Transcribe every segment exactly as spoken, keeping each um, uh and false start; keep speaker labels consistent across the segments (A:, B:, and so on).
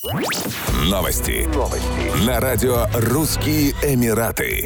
A: Новости. Новости. На радио «Русские Эмираты».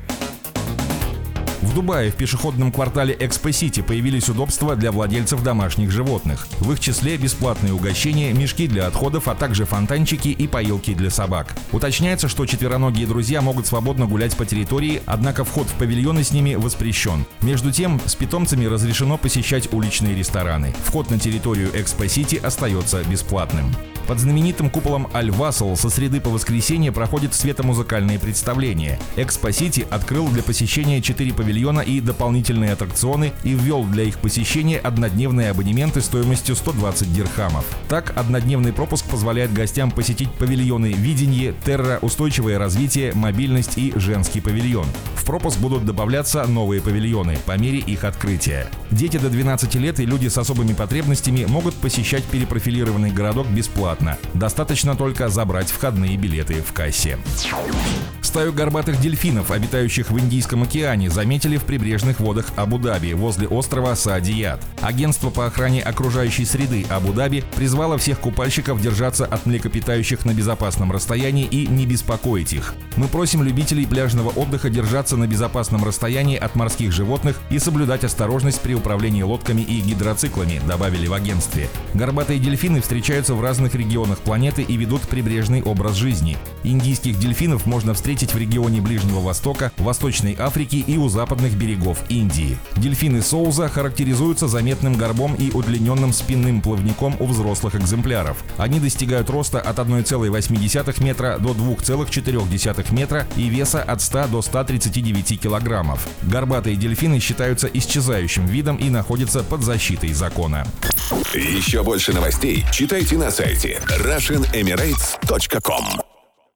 B: В Дубае в пешеходном квартале Экспо-Сити появились удобства для владельцев домашних животных. В их числе бесплатные угощения, мешки для отходов, а также фонтанчики и поилки для собак. Уточняется, что четвероногие друзья могут свободно гулять по территории, однако вход в павильоны с ними воспрещен. Между тем, с питомцами разрешено посещать уличные рестораны. Вход на территорию Экспо-Сити остается бесплатным. Под знаменитым куполом Аль-Васл со среды по воскресенье проходит светомузыкальные представления. Экспо-Сити открыл для посещения четыре павильона и дополнительные аттракционы и ввел для их посещения однодневные абонементы стоимостью сто двадцать дирхамов. Так, однодневный пропуск позволяет гостям посетить павильоны «Видение», «Терра», «Устойчивое развитие», «Мобильность» и «Женский павильон». В пропуск будут добавляться новые павильоны по мере их открытия. Дети до двенадцати лет и люди с особыми потребностями могут посещать перепрофилированный городок бесплатно. Достаточно только забрать входные билеты в кассе. Стаю горбатых дельфинов, обитающих в Индийском океане, заметили в прибрежных водах Абу-Даби возле острова Саадият. Агентство по охране окружающей среды Абу-Даби призвало всех купальщиков держаться от млекопитающих на безопасном расстоянии и не беспокоить их. Мы просим любителей пляжного отдыха держаться на безопасном расстоянии от морских животных и соблюдать осторожность при управлении лодками и гидроциклами, добавили в агентстве. Горбатые дельфины встречаются в разных регионах планеты и ведут прибрежный образ жизни. Индийских дельфинов можно встретить в регионе Ближнего Востока, Восточной Африки и у западных берегов Индии. Дельфины Соуза характеризуются заметным горбом и удлиненным спинным плавником у взрослых экземпляров. Они достигают роста от одной целой восьми десятых метра до двух целых четырёх десятых метра и веса от ста до ста тридцати девяти килограммов. Горбатые дельфины считаются исчезающим видом и находятся под защитой закона.
A: Еще больше новостей читайте на сайте Russian Emirates точка ком.